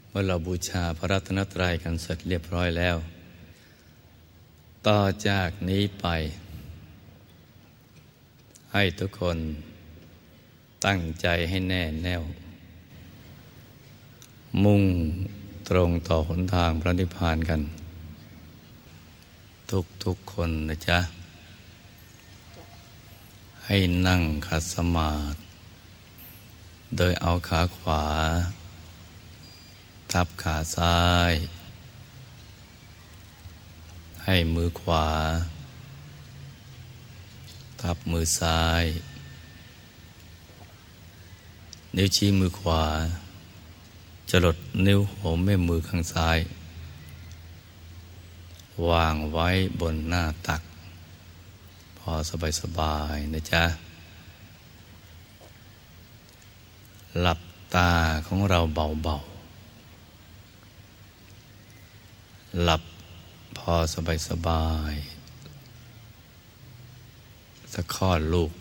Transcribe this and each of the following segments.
เมื่อเราบูชาพระรัตนตรัยกันเสร็จเรียบร้อยแล้วต่อจากนี้ไปให้ทุกคนตั้งใจให้แน่แน่วมุ่งตรงต่อหนทางพระนิพพานกันทุกคนนะจ๊ะให้นั่งขัดสมาธิโดยเอาขาขวาทับขาซ้ายให้มือขวาทับมือซ้ายนิ้วชี้มือขวาจรดนิ้วหัวแม่มือข้างซ้ายวางไว้บนหน้าตักพอสบายๆนะจ๊ะหลับตาของเราเบาๆหลับพอสบายๆสักคลอดลูก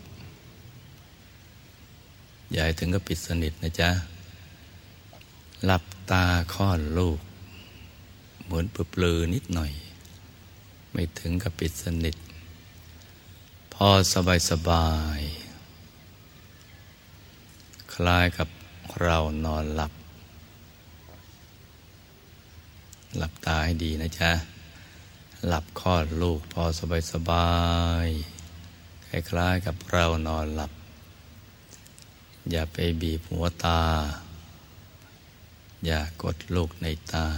อย่าให้ถึงกับปิดสนิทนะจ๊ะหลับตาคลอดลูกเหมือนปลือๆนิดหน่อยไม่ถึงกับปิดสนิทพอสบายคล้ายกับเรานอนหลับหลับตาให้ดีนะจ๊ะหลับคลอดลูกพอสบายคล้ายๆกับเรานอนหลับอย่าไปบีบหัวตาอย่ากดลูกในตา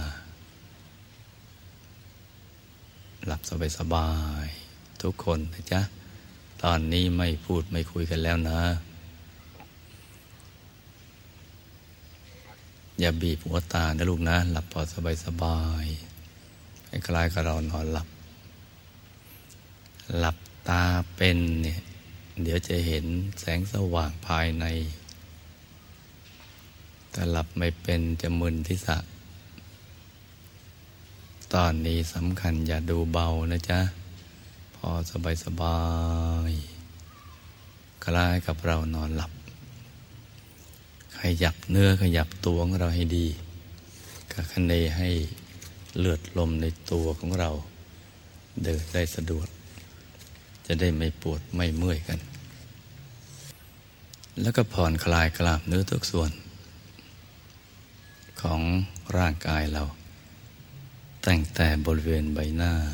หลับสบายๆทุกคนนะจ๊ะตอนนี้ไม่พูดไม่คุยกันแล้วนะอย่าบีบหัวตานะลูกนะหลับพอสบายๆคล้ายๆกับเรานอนหลับหลับตาเป็นเนี่ยเดี๋ยวจะเห็นแสงสว่างภายในแต่หลับไม่เป็นจะมึนทิศะตอนนี้สำคัญอย่าดูเบานะจ๊ะพอสบายๆคล้ายกับเรานอนหลับขยับเนื้อขยับตัวของเราให้ดีกะคะเนให้เลือดลมในตัวของเราเดินได้สะดวกจะได้ไม่ปวดไม่เมื่อยกันแล้วก็ผ่อนคลายกล้ามเนื้อทุกส่วนของร่างกายเราตั้งแต่บริเวณใบหน้า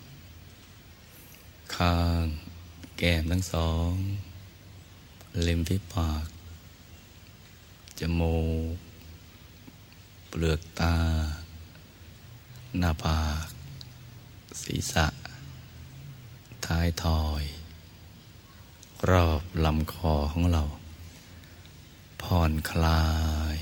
คางแก้มทั้งสองริมฝีปากจมูกเปลือกตาหน้าผากศีรษะท้ายทอยรอบลำคอของเราผ่อนคลาย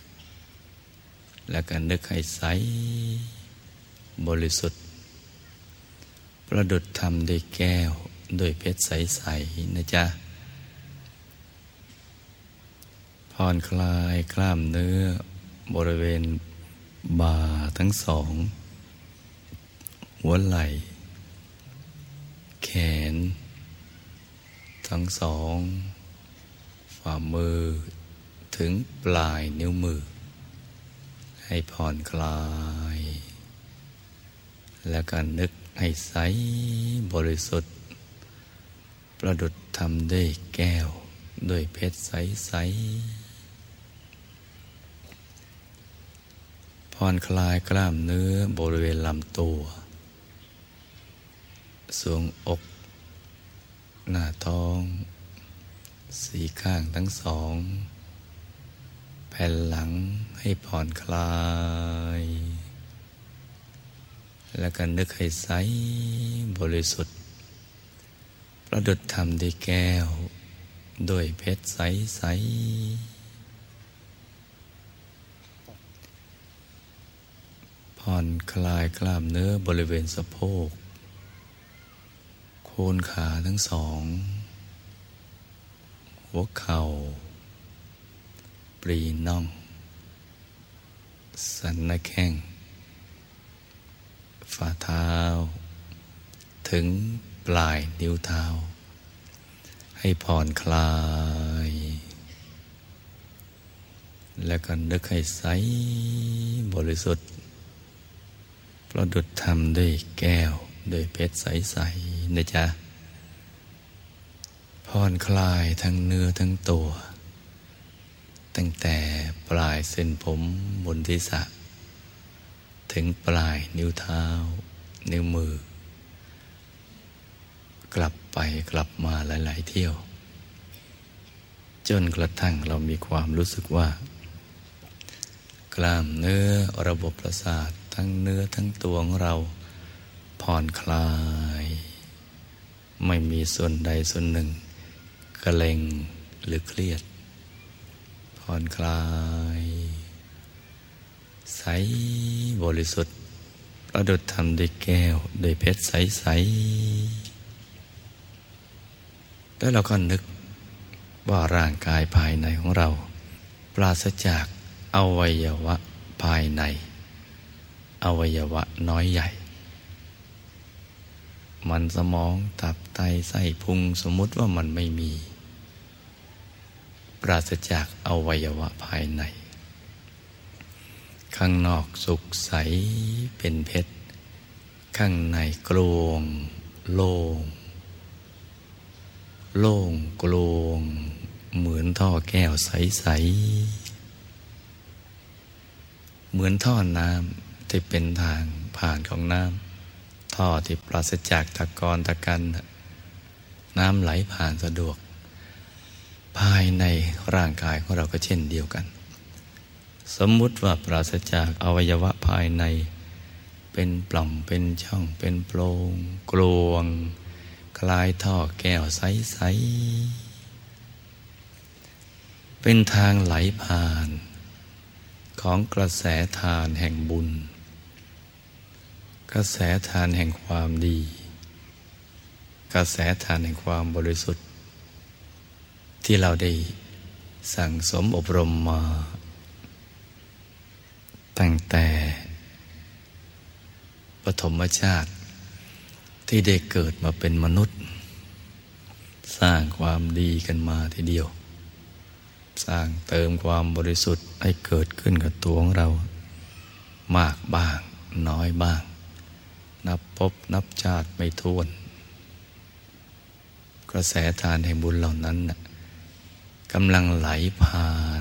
แล้วก็นึกให้ใสบริสุทธิ์ประดุจทำด้วยแก้วด้วยเพชรใสๆนะจ๊ะผ่อนคลายกล้ามเนื้อบริเวณบ่าทั้งสองหัวไหล่แขนทั้งสองฝ่ามือถึงปลายนิ้วมือให้ผ่อนคลายแล้วก็นึกให้ใสบริสุทธิ์ประดุจทำด้วยแก้วด้วยเพชรใสๆผ่อนคลายกล้ามเนื้อบริเวณลำตัวทรวงอกหน้าท้องสี่ข้างทั้งสองแผ่นหลังให้ผ่อนคลายแล้วก็นึกให้ใสบริสุทธิ์ประดุจทำด้วยแก้วด้วยเพชรใสๆผ่อนคลายกล้ามเนื้อบริเวณสะโพกโคนขาทั้งสองหัวเข่าปรีน่องสันหน้าแข้งฝ่าเท้าถึงปลายนิ้วเท้าให้ผ่อนคลายแล้วก็นึกให้ใสบริสุทธิ์ประดุจทำด้วยแก้วด้วยเพชรใสๆนะจ๊ะผ่อนคลายทั้งเนื้อทั้งตัวตั้งแต่ปลายเส้นผมบนศีรษะถึงปลายนิ้วเท้านิ้วมือกลับไปกลับมาหลายๆเที่ยวจนกระทั่งเรามีความรู้สึกว่ากล้ามเนื้อระบบประสาททั้งเนื้อทั้งตัวของเราผ่อนคลายไม่มีส่วนใดส่วนหนึ่งเกร็งหรือเครียดผ่อนคลายใสบริสุทธิ์ประดุจทำด้วยแก้วด้วยเพชรใสๆแล้วเราก็นึกว่าร่างกายภายในของเราปราศจากอวัยวะภายในอวัยวะน้อยใหญ่มันสมองตับไตไส้พุงสมมุติว่ามันไม่มีปราศจากอวัยวะภายในข้างนอกสุขใสเป็นเพชรข้างในกลวงโล่งโล่งกลวงเหมือนท่อแก้วใสๆเหมือนท่อน้ำที่เป็นทางผ่านของน้ำท่อที่ปราศจากตะกอนตะกันน้ำไหลผ่านสะดวกภายในร่างกายของเราก็เช่นเดียวกันสมมุติว่าปราศจากอวัยวะภายในเป็นปล่องเป็นช่องเป็นโพรงกลวงคล้ายท่อแก้วใสๆเป็นทางไหลผ่านของกระแสทานแห่งบุญกระแสทานแห่งความดีกระแสทานแห่งความบริสุทธิ์ที่เราได้สั่งสมอบรมมาตั้งแต่ปฐมชาติที่ได้เกิดมาเป็นมนุษย์สร้างความดีกันมาทีเดียวสร้างเติมความบริสุทธิ์ให้เกิดขึ้นกับตัวของเรามากบ้างน้อยบ้างนับพบนับชาติไม่ถ้วนกระแสทานแห่งบุญเหล่านั้นน่ะกำลังไหลผ่าน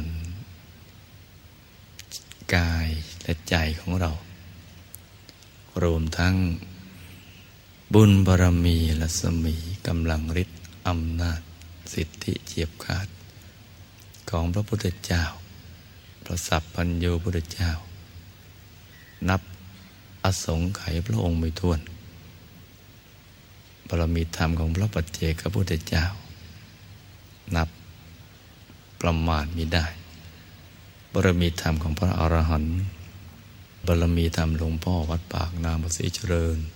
กายและใจของเรารวมทั้งบุญบารมีรัศมีกำลังฤทธิ์อำนาจสิทธิเฉียบขาดของพระพุทธเจ้าพระสัพพัญญูพุทธเจ้านับอสงไขยพระองค์ไม่ถ้วนบารมีธรรมของพระปัจเจกพุทธเจ้านับประมาณมิได้บารมีธรรมของพระอรหันต์บารมีธรรมหลวงพ่อวัดปากน้ำภาษีเจริญ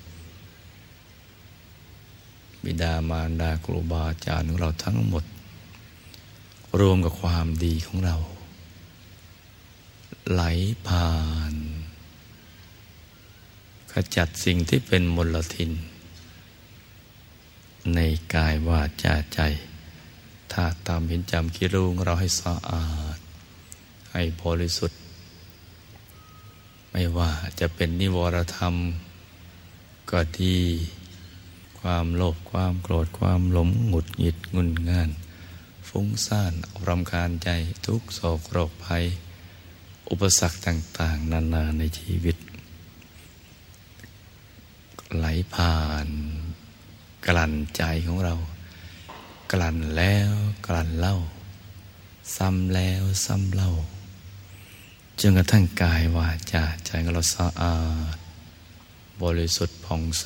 บิดามารดาครูบาอาจารย์ของเราทั้งหมดรวมกับความดีของเราไหลผ่านขจัดสิ่งที่เป็นมลทินในกายวาจาใจถ้าตามเห็นจำคิดรู้ของเราให้สะอาดให้บริสุทธิ์ไม่ว่าจะเป็นนิวรธรรมก็ดีความโลภความโกรธความหลงหงุดหงิดงุนง่านฟุ้งซ่านรำคาญใจทุกโศกโรคภัยอุปสรรคต่างๆนานาในชีวิตไหลผ่านกลั่นใจของเรากลั่นแล้วกลั่นเล่าซ้ำแล้วซ้ำเล่าจนกระทั่งกายวาจาใจของเราสะอาดบริสุทธิ์ผ่องใส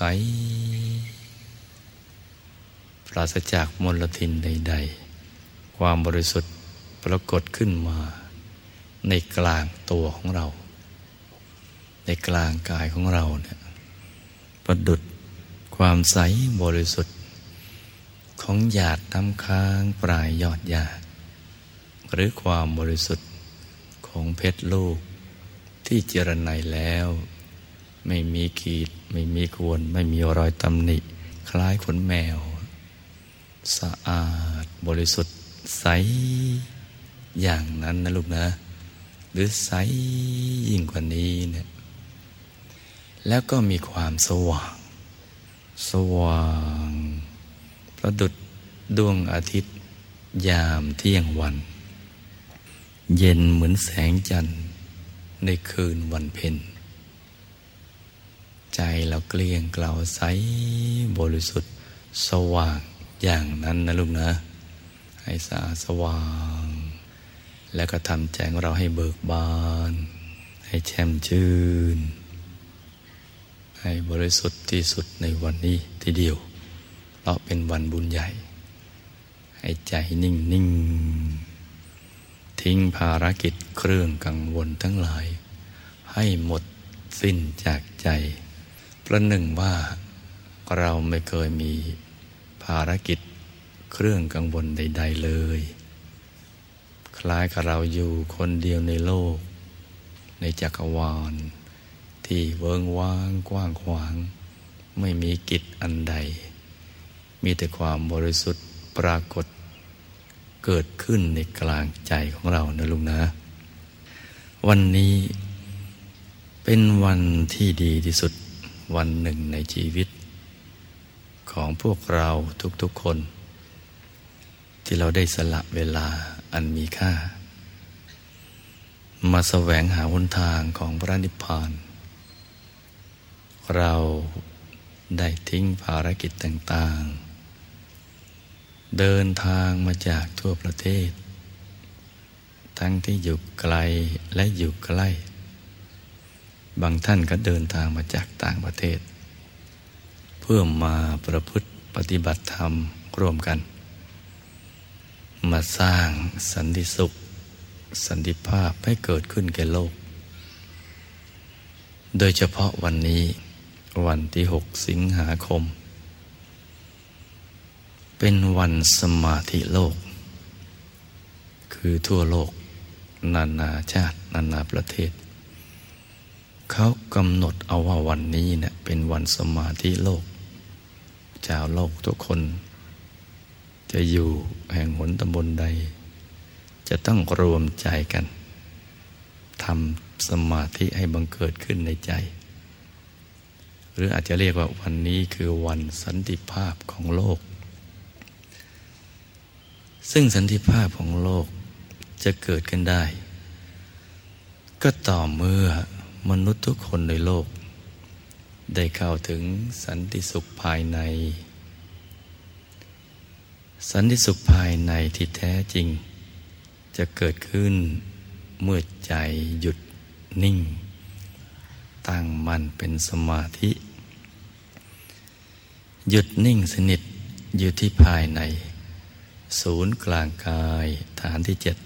ปราศจากมลทินใดๆความบริสุทธิ์ปรากฏขึ้นมาในกลางตัวของเราในกลางกายของเราเนี่ยประดุจความใสบริสุทธิ์ของหยาดน้ำค้างปลายยอดหญ้าหรือความบริสุทธิ์ของเพชรลูกที่เจรไนแล้วไม่มีขีดไม่มีข่วนไม่มีรอยตำหนิคล้ายขนแมวสะอาดบริสุทธิ์ใสอย่างนั้นนะลูกนะหรือใสยิ่งกว่านี้เนี่ยแล้วก็มีความสว่างประดุจดวงอาทิตย์ยามเที่ยงวันเย็นเหมือนแสงจันทร์ในคืนวันเพ็ญใจเราเกลี้ยงเกลาใสบริสุทธิ์สว่างอย่างนั้นนะลูกนะให้สะอาดสว่างแล้วก็ทำใจของเราให้เบิกบานให้แช่มชื่นให้บริสุทธิ์ที่สุดในวันนี้ทีเดียวเพราะเป็นวันบุญใหญ่ให้ใจนิ่งทิ้งภารกิจเครื่องกังวลทั้งหลายให้หมดสิ้นจากใจประหนึ่งว่าเราไม่เคยมีภารกิจเครื่องกังวลใดๆเลยคล้ายกับเราอยู่คนเดียวในโลกในจักรวาลที่เวิ้งว้างกว้างขวางไม่มีกิจอันใดมีแต่ความบริสุทธิ์ปรากฏเกิดขึ้นในกลางใจของเรานะลุงนะวันนี้เป็นวันที่ดีที่สุดวันหนึ่งในชีวิตของพวกเราทุกๆคนที่เราได้สละเวลาอันมีค่ามาแสวงหาหนทางของพระนิพพานเราได้ทิ้งภารกิจต่างๆเดินทางมาจากทั่วประเทศทั้งที่อยู่ไกลและอยู่ใกล้บางท่านก็เดินทางมาจากต่างประเทศเพื่อมาประพฤติปฏิบัติธรรมร่วมกันมาสร้างสันติสุขสันติภาพให้เกิดขึ้นแก่โลกโดยเฉพาะวันนี้วันที่6 สิงหาคมเป็นวันสมาธิโลกคือทั่วโลกนานาชาตินานาประเทศเขากำหนดเอาว่าวันนี้เนี่ยเป็นวันสมาธิโลกชาวโลกทุกคนจะอยู่แห่งหนตำบลใดจะต้องรวมใจกันทำสมาธิให้บังเกิดขึ้นในใจหรืออาจจะเรียกว่าวันนี้คือวันสันติภาพของโลกซึ่งสันติภาพของโลกจะเกิดขึ้นได้ก็ต่อเมื่อมนุษย์ทุกคนในโลกได้เข้าถึงสันติสุขภายในสันติสุขภายในที่แท้จริงจะเกิดขึ้นเมื่อใจหยุดนิ่งตั้งมั่นเป็นสมาธิหยุดนิ่งสนิทอยู่ที่ภายในศูนย์กลางกายฐานที่7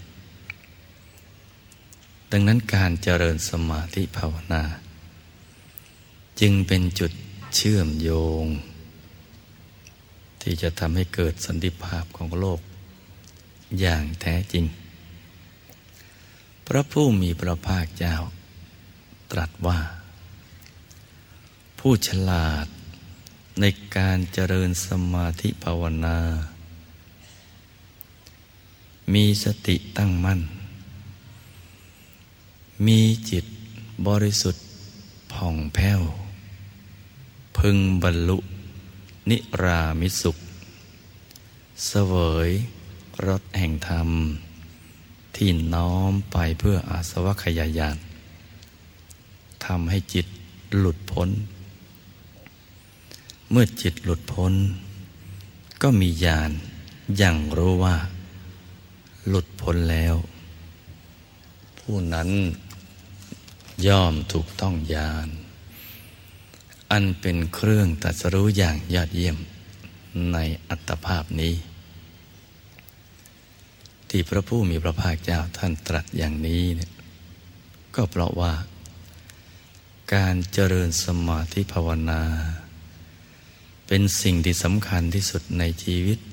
ดังนั้นการเจริญสมาธิภาวนาจึงเป็นจุดเชื่อมโยงที่จะทำให้เกิดสันติภาพของโลกอย่างแท้จริงพระผู้มีพระภาคเจ้าตรัสว่าผู้ฉลาดในการเจริญสมาธิภาวนามีสติตั้งมั่นมีจิตบริสุทธิ์ผ่องแผ้วพึงบรรลุนิรามิสุขเสวยรสแห่งธรรมที่น้อมไปเพื่ออาสวะขยายานทำให้จิตหลุดพ้นเมื่อจิตหลุดพ้นก็มีญาณอย่างรู้ว่าหลุดพ้นแล้วผู้นั้นย่อมถูกต้องญาณอันเป็นเครื่องตรัสรู้อย่างยอดเยี่ยมในอัตภาพนี้ที่พระผู้มีพระภาคเจ้าท่านตรัสอย่างนี้เนี่ยก็เพราะว่าการเจริญสมาธิภาวนาเป็นสิ่งที่สำคัญที่สุดในชีวิต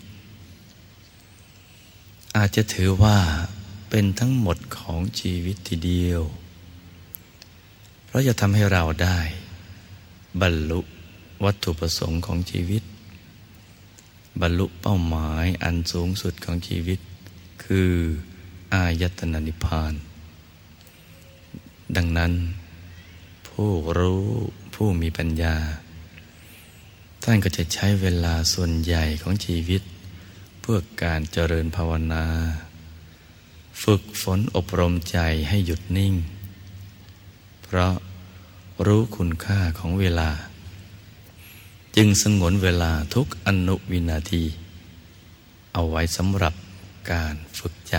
อาจจะถือว่าเป็นทั้งหมดของชีวิตทีเดียวเพราะจะทำให้เราได้บรรลุวัตถุประสงค์ของชีวิตบรรลุเป้าหมายอันสูงสุดของชีวิตคืออายตนะนิพพานดังนั้นผู้รู้ผู้มีปัญญาท่านก็จะใช้เวลาส่วนใหญ่ของชีวิตเพื่อการเจริญภาวนาฝึกฝนอบรมใจให้หยุดนิ่งเพราะรู้คุณค่าของเวลาจึงสงวนเวลาทุกอนุวินาทีเอาไว้สำหรับการฝึกใจ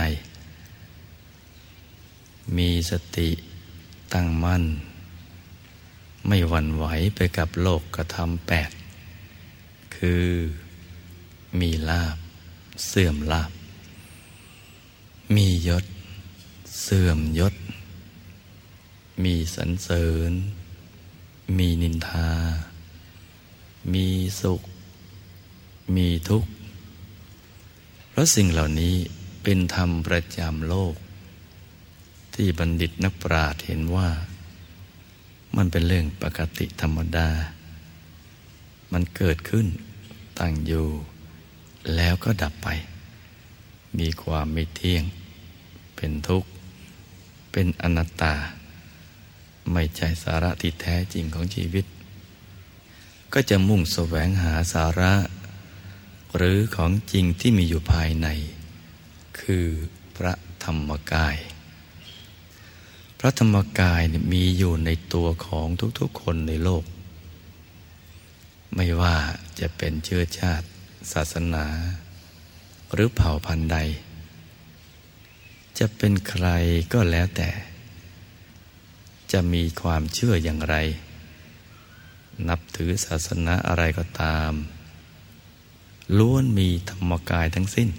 มีสติตั้งมั่นไม่หวั่นไหวไปกับโลกกระทำ8คือมีลาภเสื่อมลาภมียศเสื่อมยศมีสรรเสริญมีนินทามีสุขมีทุกข์เพราะสิ่งเหล่านี้เป็นธรรมประจำโลกที่บัณฑิตนักปราชญ์เห็นว่ามันเป็นเรื่องปกติธรรมดามันเกิดขึ้นตั้งอยู่แล้วก็ดับไปมีความไม่เที่ยงเป็นทุกข์เป็นอนัตตาไม่ใช่สาระที่แท้จริงของชีวิตก็จะมุ่งแสวงหาสาระหรือของจริงที่มีอยู่ภายในคือพระธรรมกายพระธรรมกายมีอยู่ในตัวของทุกๆคนในโลกไม่ว่าจะเป็นเชื้อชาติศาสนาหรือเผ่าพันธุ์ใดจะเป็นใครก็แล้วแต่จะมีความเชื่ออย่างไรนับถือศาสนาอะไรก็ตามล้วนมีธรรมกายทั้งสิ้น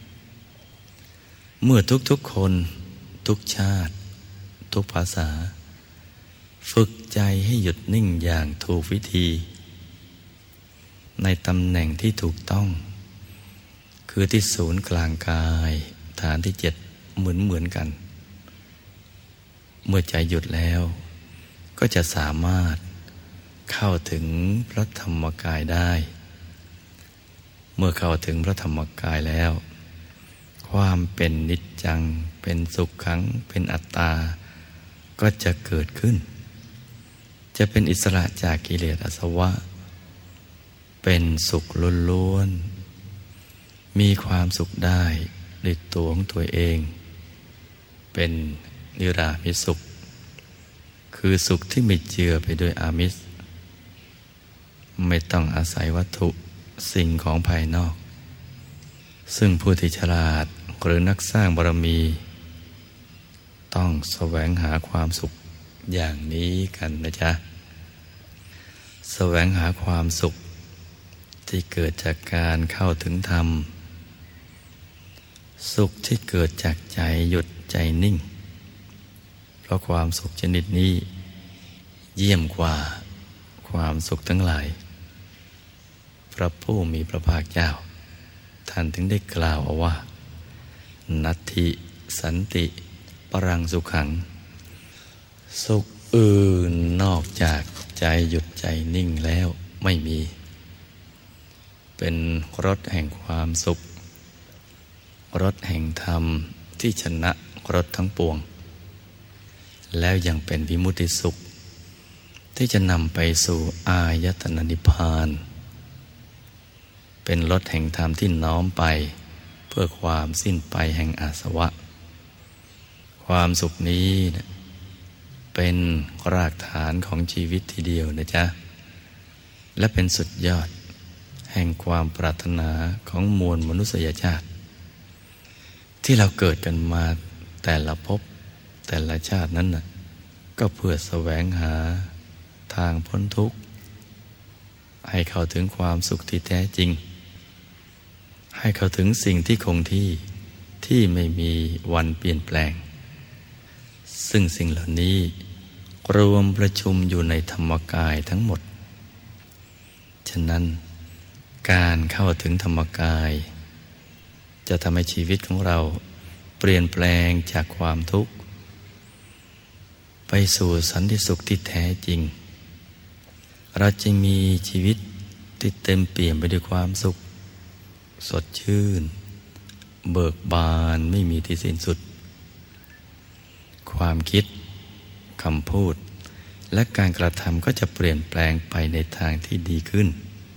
เมื่อทุกๆคนทุกชาติทุกภาษาฝึกใจให้หยุดนิ่งอย่างถูกวิธีในตำแหน่งที่ถูกต้องคือที่ศูนย์กลางกายฐานที่7เหมือนกันเมื่อใจหยุดแล้วก็จะสามารถเข้าถึงพระธรรมกายได้เมื่อเข้าถึงพระธรรมกายแล้วความเป็นนิจจังเป็นสุขขังเป็นอัตตาก็จะเกิดขึ้นจะเป็นอิสระจากกิเลสอาสวะเป็นสุขล้วนๆมีความสุขได้ด้วยตัวของตัวเองเป็นนิรามิสสุขคือสุขที่ไม่เจือไปด้วยอามิสไม่ต้องอาศัยวัตถุสิ่งของภายนอกซึ่งผู้ที่ฉลาดหรือนักสร้างบารมีต้องแสวงหาความสุขอย่างนี้กันนะจ๊ะแสวงหาความสุขที่เกิดจากการเข้าถึงธรรมสุขที่เกิดจากใจหยุดใจนิ่งเพราะความสุขชนิดนี้เยี่ยมกว่าความสุขทั้งหลายพระผู้มีพระภาคเจ้าท่านถึงได้กล่าวเอาว่านัตถิสันติปรังสุขังสุขอื่นนอกจากใจหยุดใจนิ่งแล้วไม่มีเป็นรสแห่งความสุขรสแห่งธรรมที่ชนะรสทั้งปวงแล้วยังเป็นวิมุตติสุขที่จะนำไปสู่อายตนะนิพพานเป็นรสแห่งธรรมที่น้อมไปเพื่อความสิ้นไปแห่งอาสวะความสุขนี้เป็นรากฐานของชีวิตทีเดียวนะจ๊ะและเป็นสุดยอดแห่งความปรารถนาของมวลมนุษยชาติที่เราเกิดกันมาแต่ละภพแต่ละชาตินั้นก็เพื่อแสวงหาทางพ้นทุกข์ให้เข้าถึงความสุขที่แท้จริงให้เข้าถึงสิ่งที่คงที่ไม่มีวันเปลี่ยนแปลงซึ่งสิ่งเหล่านี้รวมประชุมอยู่ในธรรมกายทั้งหมดฉะนั้นการเข้าถึงธรรมกายจะทำให้ชีวิตของเราเปลี่ยนแปลงจากความทุกข์ไปสู่สันติสุขที่แท้จริงเราจะมีชีวิตที่เต็มเปี่ยมไปด้วยความสุขสดชื่นเบิกบานไม่มีที่สิ้นสุดความคิดคำพูดและการกระทำก็จะเปลี่ยนแปลงไปในทางที่ดีขึ้น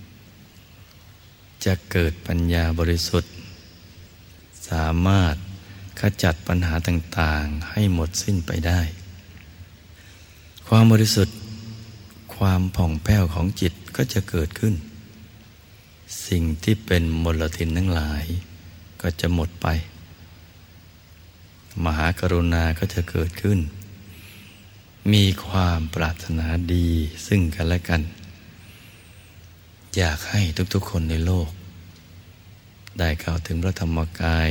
จะเกิดปัญญาบริสุทธิ์สามารถขจัดปัญหาต่างๆให้หมดสิ้นไปได้ความบริสุทธิ์ความผ่องแผ้วของจิตก็จะเกิดขึ้นสิ่งที่เป็นมลทินทั้งหลายก็จะหมดไปมหากรุณาก็จะเกิดขึ้นมีความปรารถนาดีซึ่งกันและกันอยากให้ทุกๆคนในโลกได้เข้าถึงพระธรรมกาย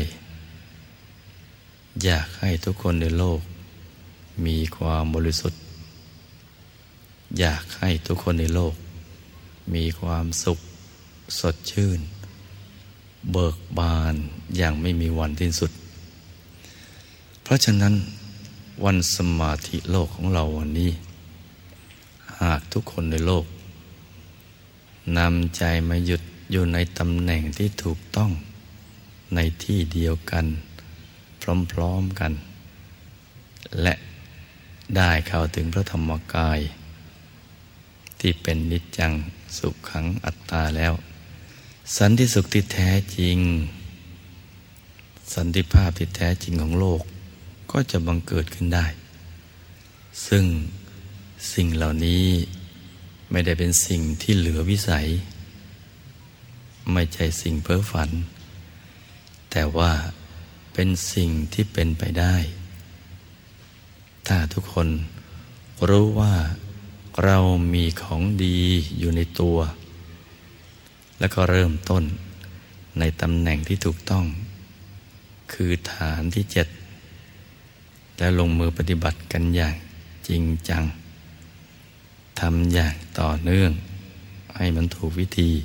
อยากให้ทุกคนในโลกมีความบริสุทธิ์อยากให้ทุกคนในโลกมีความสุขสดชื่นเบิกบานอย่างไม่มีวันสิ้นสุดเพราะฉะนั้นวันสมาธิโลกของเราวันนี้หากทุกคนในโลกนำใจมาหยุดอยู่ในตำแหน่งที่ถูกต้องในที่เดียวกันพร้อมๆกันและได้เข้าถึงพระธรรมกายที่เป็นนิจจังสุขขังอัตตาแล้วสันติสุขที่แท้จริงสันติภาพที่แท้จริงของโลกก็จะบังเกิดขึ้นได้ซึ่งสิ่งเหล่านี้ไม่ได้เป็นสิ่งที่เหลือวิสัยไม่ใช่สิ่งเพ้อฝันแต่ว่าเป็นสิ่งที่เป็นไปได้ถ้าทุกคนรู้ว่าเรามีของดีอยู่ในตัวแล้วก็เริ่มต้นในตำแหน่งที่ถูกต้องคือฐานที่7และลงมือปฏิบัติกันอย่างจริงจังทำอย่างต่อเนื่องให้มันถูกวิธี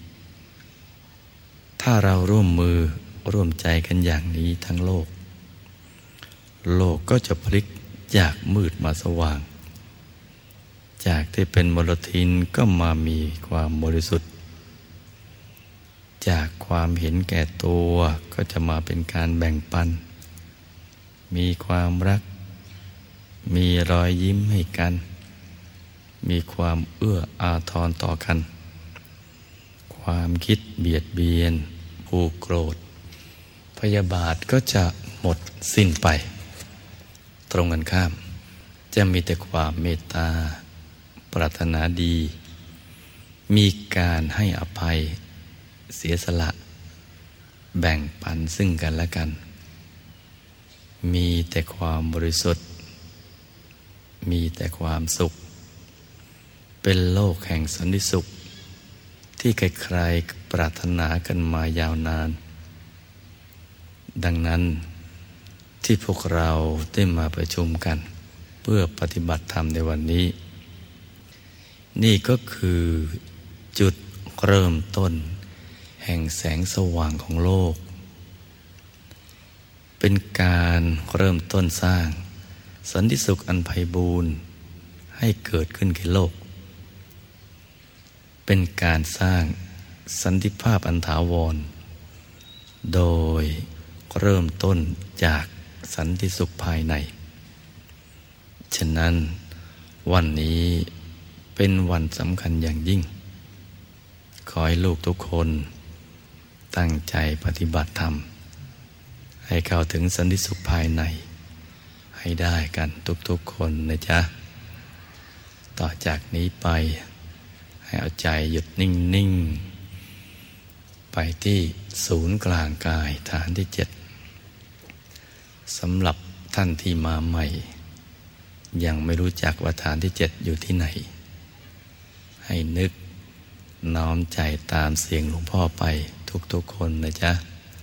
ถ้าเราร่วมมือร่วมใจกันอย่างนี้ทั้งโลกก็จะพลิกจากมืดมาสว่างจากที่เป็นมลทินก็มามีความบริสุทธิ์จากความเห็นแก่ตัวก็จะมาเป็นการแบ่งปันมีความรักมีรอยยิ้มให้กันมีความเอื้ออาทรต่อกันความคิดเบียดเบียนผูกโกรธพยาบาทก็จะหมดสิ้นไปตรงกันข้ามจะมีแต่ความเมตตาปรารถนาดีมีการให้อภัยเสียสละแบ่งปันซึ่งกันและกันมีแต่ความบริสุทธิ์มีแต่ความสุขเป็นโลกแห่งสันติสุขที่ใครๆปรารถนากันมายาวนานดังนั้นที่พวกเราได้มาประชุมกันเพื่อปฏิบัติธรรมในวันนี้นี่ก็คือจุดเริ่มต้นแห่งแสงสว่างของโลกเป็นการเริ่มต้นสร้างสันติสุขอันไพบูรณ์ให้เกิดขึ้นในโลกเป็นการสร้างสันติภาพอันถาวรโดยเริ่มต้นจากสันติสุขภายในฉะนั้นวันนี้เป็นวันสำคัญอย่างยิ่งขอให้ลูกทุกคนตั้งใจปฏิบัติธรรมให้เข้าถึงสันติสุขภายในให้ได้กันทุกๆคนนะจ๊ะต่อจากนี้ไปให้เอาใจหยุดนิ่งๆไปที่ศูนย์กลางกายฐานที่7สำหรับท่านที่มาใหม่ยังไม่รู้จักว่าฐานที่7อยู่ที่ไหนให้นึกน้อมใจตามเสียงหลวงพ่อไปทุกๆคนนะจ๊ะ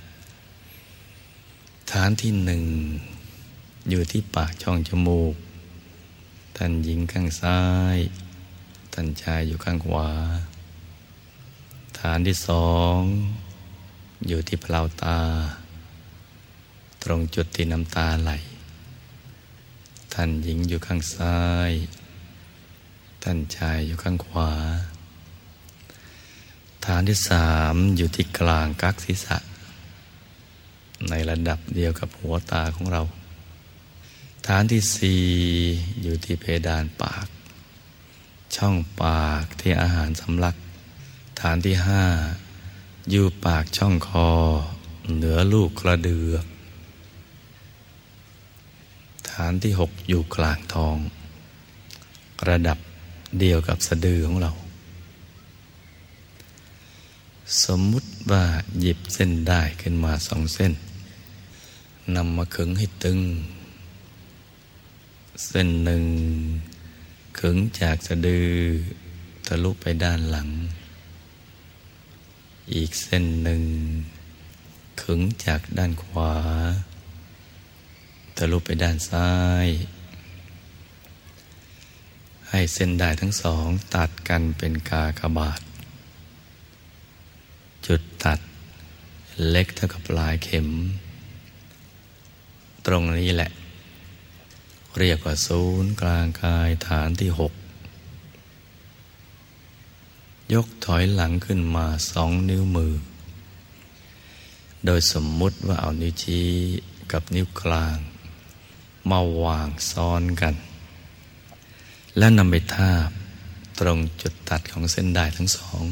ฐานที่1อยู่ที่ปากช่องจมูกท่านหญิงข้างซ้ายท่านชายอยู่ข้างขวาฐานที่2อยู่ที่เปล่าตาตรงจุดที่น้ำตาไหลท่านหญิงอยู่ข้างซ้ายท่านชายอยู่ข้างขวาฐานที่3อยู่ที่กลางกักศีรษะในระดับเดียวกับหัวตาของเราฐานที่สี่อยู่ที่เพดานปากช่องปากที่อาหารสำลักฐานที่ห้าอยู่ปากช่องคอเหนือลูกกระเดือกฐานที่หกอยู่กลางท้องระดับเดียวกับสะดือของเราสมมุติว่าหยิบเส้นได้ขึ้นมา2 เส้นนำมาขึงให้ตึงเส้นหนึ่งขึงจากสะดือทะลุไปด้านหลังอีกเส้นหนึ่งขึงจากด้านขวาทะลุไปด้านซ้ายให้เส้นได้ทั้งสองตัดกันเป็นกากบาทจุดตัดเล็กเท่ากับปลายเข็มตรงนี้แหละเรียกว่าศูนย์กลางกายฐานที่6ยกถอยหลังขึ้นมา2 นิ้วมือโดยสมมุติว่าเอานิ้วชี้กับนิ้วกลางมาวางซ้อนกันแล้วนำไปทาบตรงจุดตัดของเส้นด้ายทั้งสอง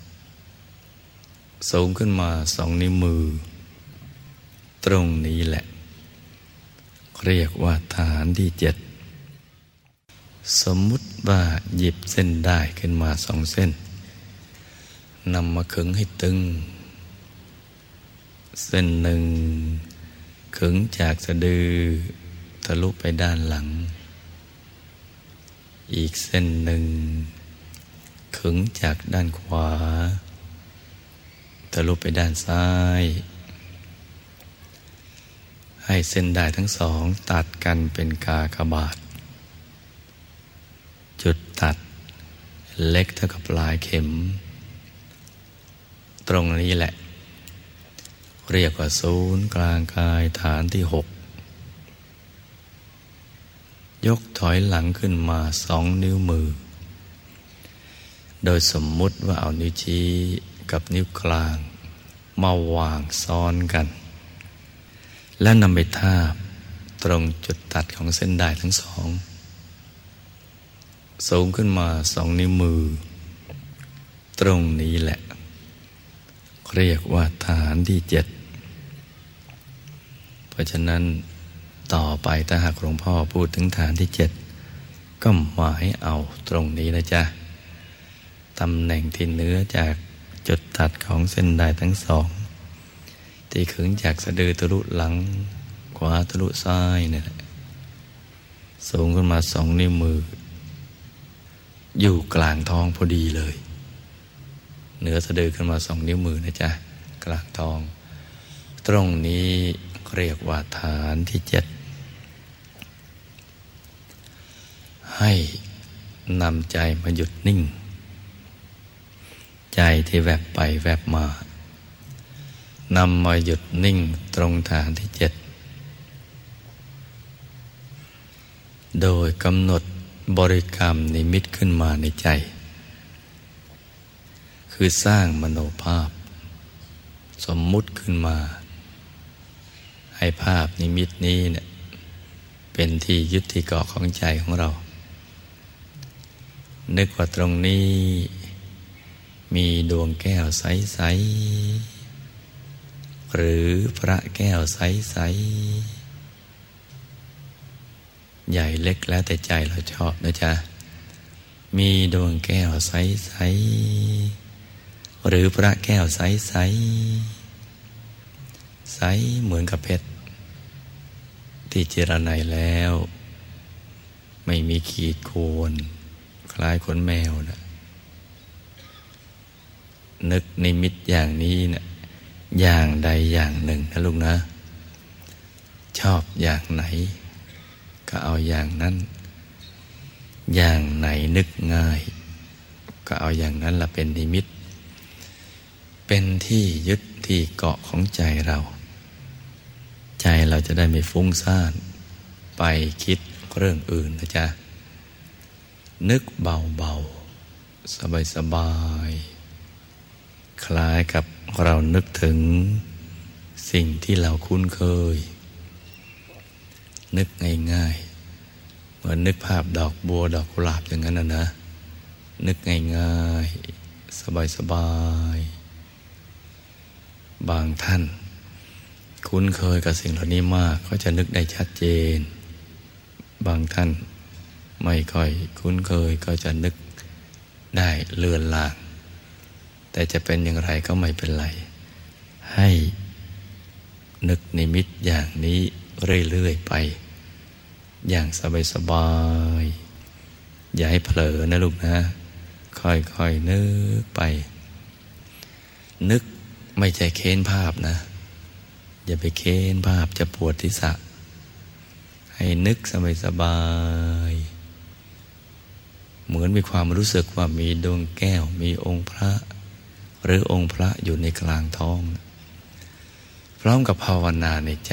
สูงขึ้นมา2 นิ้วมือตรงนี้แหละเรียกว่าฐานที่7สมมุติว่าหยิบเส้นด้ายขึ้นมา2 เส้นนำมาขึงให้ตึงเส้นหนึ่งขึงจากสะดือทะลุไปด้านหลังอีกเส้นหนึ่งขึงจากด้านขวาทะลุไปด้านซ้ายให้เส้นด้ายทั้งสองตัดกันเป็นกากบาทจุดตัดเล็กเท่ากับปลายเข็มตรงนี้แหละเรียกว่าศูนย์กลางกายฐานที่6ยกถอยหลังขึ้นมา2 นิ้วมือโดยสมมุติว่าเอานิ้วชี้กับนิ้วกลางมาวางซ้อนกันแล้วนำไปทาบตรงจุดตัดของเส้นด้ายทั้งสองสูงขึ้นมา2 นิ้วมือตรงนี้แหละเรียกว่าฐานที่7เพราะฉะนั้นต่อไปถ้าหากหลวงพ่อพูดถึงฐานที่7ก็หมายเอาตรงนี้นะจ๊ะตำแหน่งที่เหนือจากจุดตัดของเส้นด้ายทั้งสองที่ขึงจากสะดือทะลุหลังขวาทะลุซ้ายเนี่ยสูงขึ้นมา2 นิ้วมืออยู่กลางท้องพอดีเลยเหนือสะดือขึ้นมา2 นิ้วมือนะจ๊ะกลางท้องตรงนี้เรียกว่าฐานที่7ให้นำใจมาหยุดนิ่งใจที่แวบไปแวบมานำมาหยุดนิ่งตรงฐานที่7โดยกำหนดบริกรรมนิมิตขึ้นมาในใจคือสร้างมโนภาพสมมุติขึ้นมาให้ภาพนิมิตนี้เนี่ยเป็นที่ยึดที่เกาะของใจของเรานึกว่าตรงนี้มีดวงแก้วใสๆหรือพระแก้วใสๆใหญ่เล็กแล้วแต่ใจเราชอบนะจ๊ะมีดวงแก้วใสๆหรือพระแก้วใสๆใสเหมือนกับเพชรที่เจรไนแล้วไม่มีขีดข่วนคล้ายขนแมวนะนึกนิมิตอย่างนี้นะอย่างใดอย่างหนึ่งนะลูกนะชอบอย่างไหนก็เอาอย่างนั้นอย่างไหนนึกง่ายก็เอาอย่างนั้นละเป็นนิมิตเป็นที่ยึดที่เกาะของใจเราใจเราจะได้ไม่ฟุ้งซ่านไปคิดเรื่องอื่นนะจ๊ะนึกเบาๆสบายๆคล้ายกับเรานึกถึงสิ่งที่เราคุ้นเคยนึกง่ายๆเหมือนนึกภาพดอกบัวดอกกุหลาบอย่างนั้นนะนึกง่ายๆสบายๆบางท่านคุ้นเคยกับสิ่งเหล่านี้มากก็จะนึกได้ชัดเจนบางท่านไม่ค่อยคุ้นเคยก็จะนึกได้เลือนลางแต่จะเป็นอย่างไรก็ไม่เป็นไรให้นึกนิมิตอย่างนี้เรื่อยๆไปอย่างสบายๆอย่าให้เผลอนะลูกนะค่อยๆนึกไปนึกไม่ใช่เค้นภาพนะอย่าไปเค้นภาพจะปวดศีรษะให้นึกสบายๆเหมือนมีความรู้สึกว่ามีดวงแก้วมีองค์พระหรือองค์พระอยู่ในกลางท้องพร้อมกับภาวนาในใจ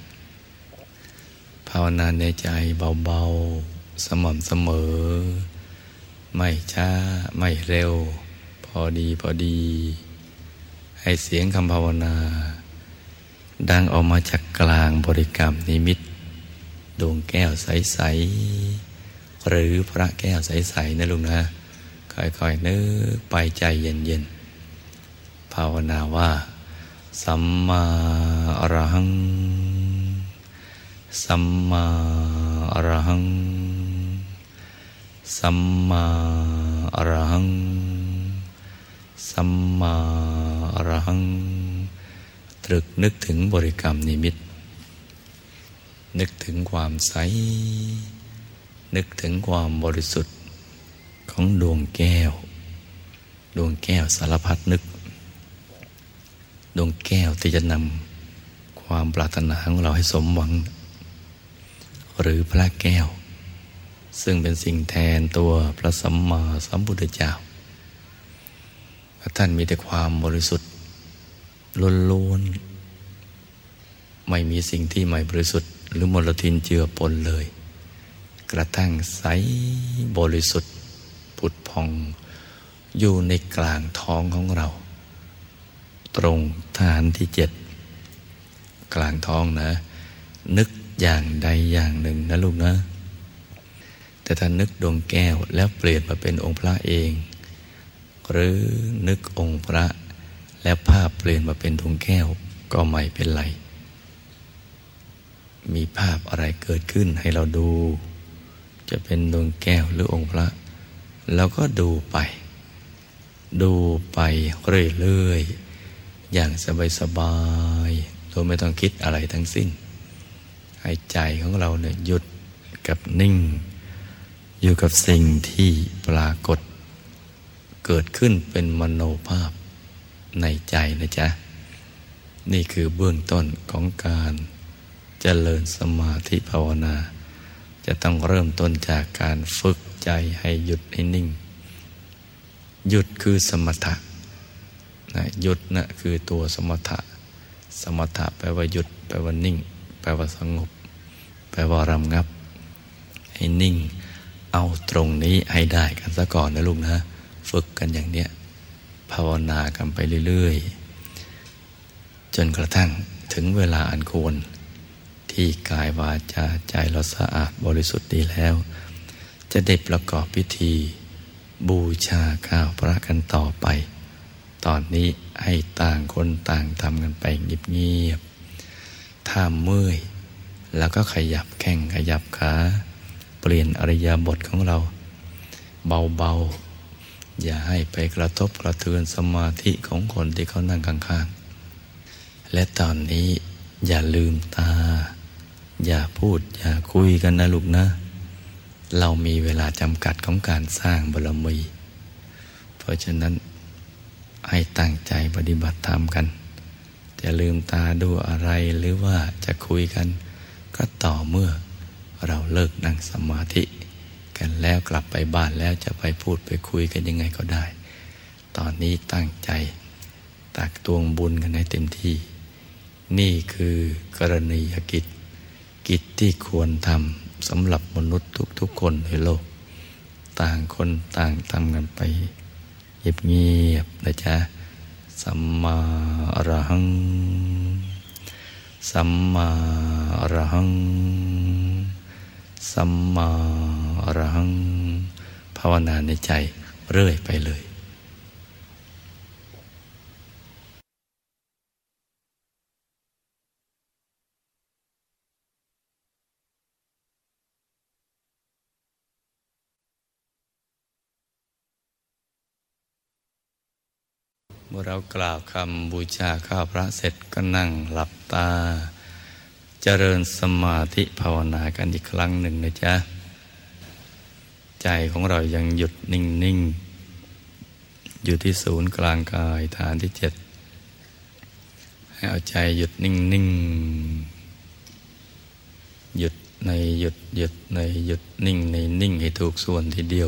ภาวนาในใจเบาๆสม่ำเสมอไม่ช้าไม่เร็วพอดีให้เสียงคำภาวนาดังออกมาจากกลางบริกรรมนิมิตดวงแก้วใสๆหรือพระแก้วใสๆนะลุงนะค่อยๆนึกไปใจเย็นๆภาวนาว่าสัมมาอรหังสัมมาอรหังสัมมาอรหังสัมมาอรหังตรึกนึกถึงบริกรรมนิมิตนึกถึงความใสนึกถึงความบริสุทธิ์ของดวงแก้วสารพัดนึกดวงแก้วที่จะนำความปรารถนาของเราให้สมหวังหรือพระแก้วซึ่งเป็นสิ่งแทนตัวพระสัมมาสัมพุทธเจ้าท่านมีแต่ความบริสุทธิ์ล้วนๆไม่มีสิ่งที่ไม่บริสุทธิ์หรือมลทินเจือปนเลยกระทั่งใสบริสุทธิ์ผุดพองอยู่ในกลางท้องของเราตรงฐานที่7กลางท้องนะนึกอย่างใดอย่างหนึ่งนะลูกนะแต่ถ้านึกดวงแก้วแล้วเปลี่ยนมาเป็นองค์พระเองหรือนึกองค์พระแล้วภาพเปลี่ยนมาเป็นดวงแก้วก็ไม่เป็นไรมีภาพอะไรเกิดขึ้นให้เราดูจะเป็นดวงแก้วหรือองค์พระเราก็ดูไปเรื่อยๆอย่างสบายๆโดยไม่ต้องคิดอะไรทั้งสิ้นให้ใจของเราเนี่ยหยุดกับนิ่งอยู่กับสิ่งที่ปรากฏเกิดขึ้นเป็นมโนภาพในใจนะจ๊ะนี่คือเบื้องต้นของการเจริญสมาธิภาวนาจะต้องเริ่มต้นจากการฝึกใจให้หยุดให้นิ่งหยุดคือสมถะนะหยุดนะคือตัวสมถะแปลว่าหยุดแปลว่านิ่งแปลว่าสงบแปลว่าระงับให้นิ่งเอาตรงนี้ให้ได้กันซะก่อนนะลูกนะฝึกกันอย่างเนี้ยภาวนากันไปเรื่อยๆจนกระทั่งถึงเวลาอันควรที่กายวาจาใจเราสะอาดบริสุทธิ์ดีแล้วจะได้ประกอบพิธีบูชาข้าวพระกันต่อไปตอนนี้ให้ต่างคนต่างทำกันไปเงียบๆถ้าเมื่อยแล้วก็ขยับแข้งขยับขาเปลี่ยนอิริยาบถของเราเบาๆอย่าให้ไปกระทบกระเทือนสมาธิของคนที่เขานั่งข้างๆและตอนนี้อย่าลืมตาอย่าพูดอย่าคุยกันนะลูกนะเรามีเวลาจำกัดของการสร้างบารมีเพราะฉะนั้นให้ตั้งใจปฏิบัติธรรมกันจะลืมตาดูอะไรหรือว่าจะคุยกันก็ต่อเมื่อเราเลิกนั่งสมาธิกันแล้วกลับไปบ้านแล้วจะไปพูดไปคุยกันยังไงก็ได้ตอนนี้ตั้งใจตักตวงบุญกันให้เต็มที่นี่คือกรณียกิจที่ควรทำสำหรับมนุษย์ทุกๆคนในโลกต่างคนต่างทำกันไปเงียบๆนะจ๊ะสัมมาอรหังสัมมาอรหังสัมมาอรหังภาวนาในใจเรื่อยไปเลยเมื่อเรากล่าวคำบูชาข้าพระเสร็จก็นั่งหลับตาเจริญสมาธิภาวนากันอีกครั้งหนึ่งนะจ๊ะใจของเรายังหยุดนิ่งๆอยู่ที่ศูนย์กลางกายฐานที่7ให้เอาใจหยุดนิ่งๆหยุดในหยุดหยุดในหยุดนิ่งในนิ่งให้ถูกส่วนทีเดียว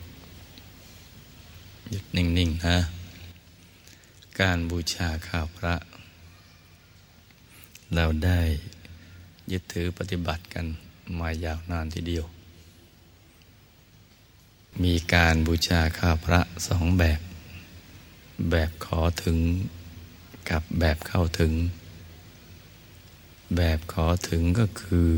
หยุดนิ่งๆนะการบูชาข้าพระเราได้ยึดถือปฏิบัติกันมายาวนานทีเดียวมีการบูชาข้าพระสองแบบแบบขอถึงกับแบบเข้าถึงแบบขอถึงก็คือ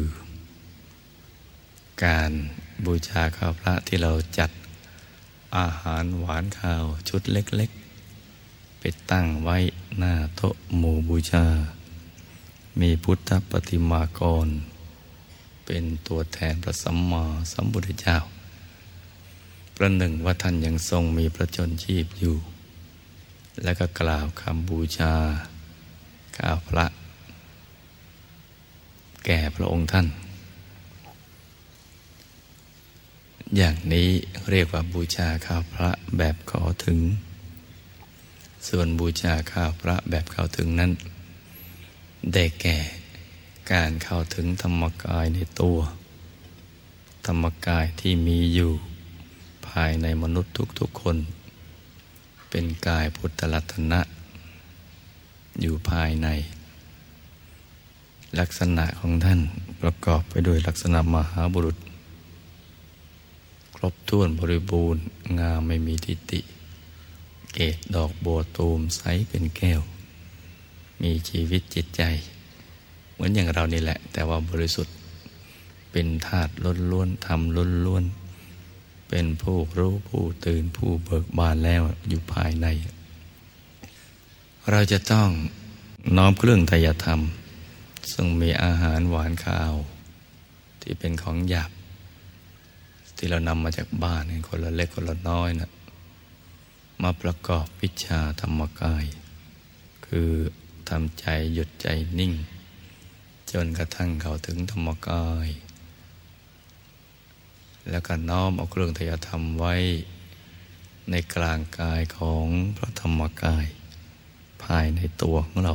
การบูชาข้าพระที่เราจัดอาหารหวานข้าวชุดเล็กๆไปตั้งไว้หน้าโต๊ะหมู่บูชามีพุทธปฏิมากรเป็นตัวแทนพระสัมมาสัมพุทธเจ้าประหนึ่งว่าท่านยังทรงมีพระชนชีพอยู่แล้วก็กล่าวคำบูชาข้าพระแก่พระองค์ท่านอย่างนี้เรียกว่าบูชาข้าพระแบบขอถึงส่วนบูชาข้าพระแบบเข้าถึงนั้นได้แก่การเข้าถึงธรรมกายในตัวธรรมกายที่มีอยู่ภายในมนุษย์ทุกๆคนเป็นกายพุทธรัตนะอยู่ภายในลักษณะของท่านประกอบไปด้วยลักษณะมหาบุรุษครบถ้วนบริบูรณ์งามไม่มีทิฏฐิเกศดอกบัวตูมใสเป็นแก้วมีชีวิตจิตใจเหมือนอย่างเรานี่แหละแต่ว่าบริสุทธิ์เป็นธาตุล้วนๆธรรมล้วนๆเป็นผู้รู้ผู้ตื่นผู้เบิกบานแล้วอยู่ภายในเราจะต้องน้อมเครื่องไตรธรรมซึ่งมีอาหารหวานข้าวที่เป็นของหยาบที่เรานำมาจากบ้านคนละเล็กคนละน้อยนะมาประกอบวิชาธรรมกายคือทำใจหยุดใจนิ่งจนกระทั่งเข้าถึงธรรมกายแล้วก็น้อมเอาเครื่องไตรธรรมไว้ในกลางกายของพระธรรมกายภายในตัวของเรา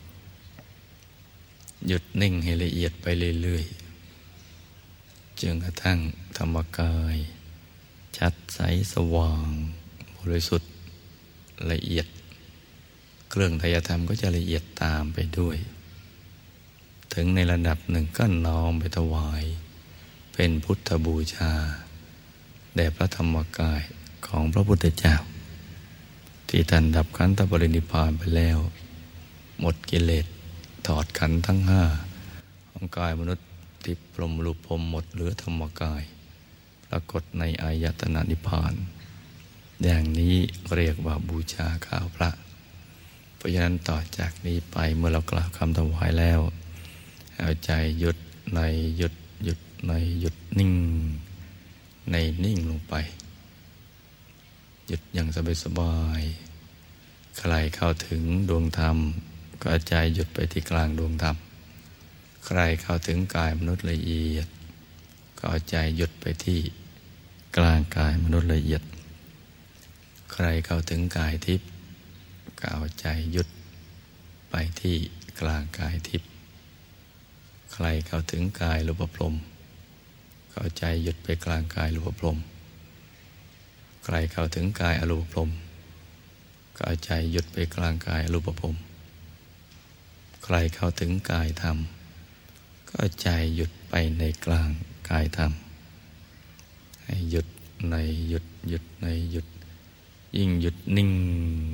หยุดนิ่งให้ละเอียดไปเรื่อยๆจนกระทั่งธรรมกายชัดใสสว่างบริสุทธิ์ละเอียดเครื่องไตรธรรมก็จะละเอียดตามไปด้วยถึงในระดับหนึ่งก็น้อมไปถวายเป็นพุทธบูชาแด่พระธรรมกายของพระพุทธเจ้าที่ท่านดับขันธปรินิพพานไปแล้วหมดกิเลสถอดขันธ์ทั้งห้าของกายมนุษย์ที่พรหมรูปพรหมหมดเหลือธรรมกายปรากฏในอายตนะนิพพานอย่างนี้เรียกว่าบูชาข้าวพระเพราะฉะนั้นต่อจากนี้ไปเมื่อเรากล่าวคำถวายแล้วเอาใจหยุดในหยุดหยุดในหยุดนิ่งในนิ่งลงไปหยุดอย่างสบายๆใครเข้าถึงดวงธรรมก็เอาใจหยุดไปที่กลางดวงธรรมใครเข้าถึงกายมนุษย์ละเอียดก็เอาใจหยุดไปที่กลางกายมนุษย์ละเอียดใครเข้าถึงกายทิพย์ก็เอาใจหยุดไปที่กลางกายทิพย์ใครเข้าถึงกายรูปพรหมก็เอาใจหยุดไปกลางกายรูปพรหมใครเข้าถึงกายอรูปพรหมก็เอาใจหยุดไปกลางกายอรูปพรหมใครเข้าถึงกายธรรมก็เอาใจหยุดไปในกลางกายธรรมให้หยุดในหยุดหยุดในหยุดยิ่งหยุดนิ่ง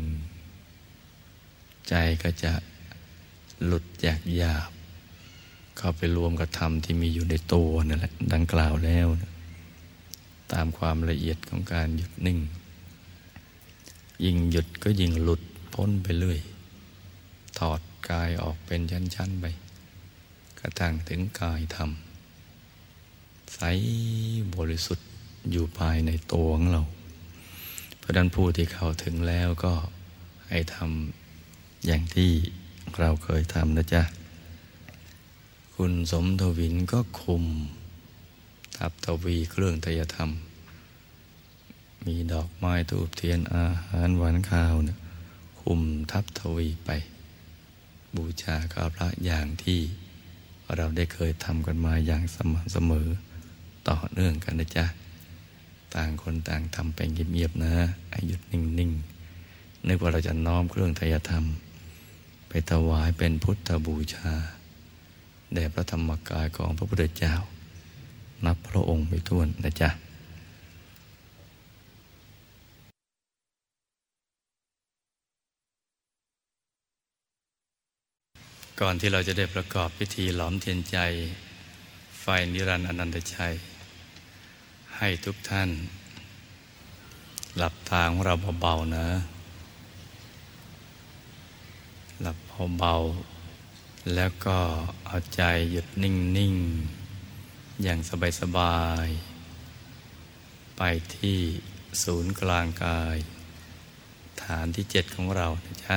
ใจก็จะหลุดจากหยาบเข้าไปรวมกับธรรมที่มีอยู่ในตัวนั่นแหละดังกล่าวแล้วตามความละเอียดของการหยุดนิ่งยิ่งหยุดก็ยิ่งหลุดพ้นไปเรื่อยถอดกายออกเป็นชั้นๆไปกระทั่งถึงกายธรรมใสบริสุทธิ์อยู่ภายในตัวของเราเพราะนั้นผู้ที่เข้าถึงแล้วก็ให้ทำอย่างที่เราเคยทำนะจ๊ะคุณสมทวินก็คุมทับทวีเครื่องไตรธรรมมีดอกไม้ธูปเทียนอาหารหวานข้าวเนี่ยคุมทับทวีไปบูชาข้าพระอย่างที่เราได้เคยทำกันมาอย่างสม่ำเสมอต่อเนื่องกันนะจ๊ะต่างคนต่างทำไปเงียบๆนะให้หยุดนิ่งๆนึกว่าเราจะน้อมเครื่องไตรธรรมไปถวายเป็นพุทธบูชาแด่พระธรรมกายของพระพุทธเจ้านับพระองค์ไปทั่วนะจ๊ะก่อนที่เราจะได้ประกอบพิธีหลอมเทียนใจไฟนิรันดร์อนันตชัยให้ทุกท่านหลับตาของเราเบาๆนะหลับเบาๆแล้วก็เอาใจหยุดนิ่งๆอย่างสบายๆไปที่ศูนย์กลางกายฐานที่7ของเรานะจ๊ะ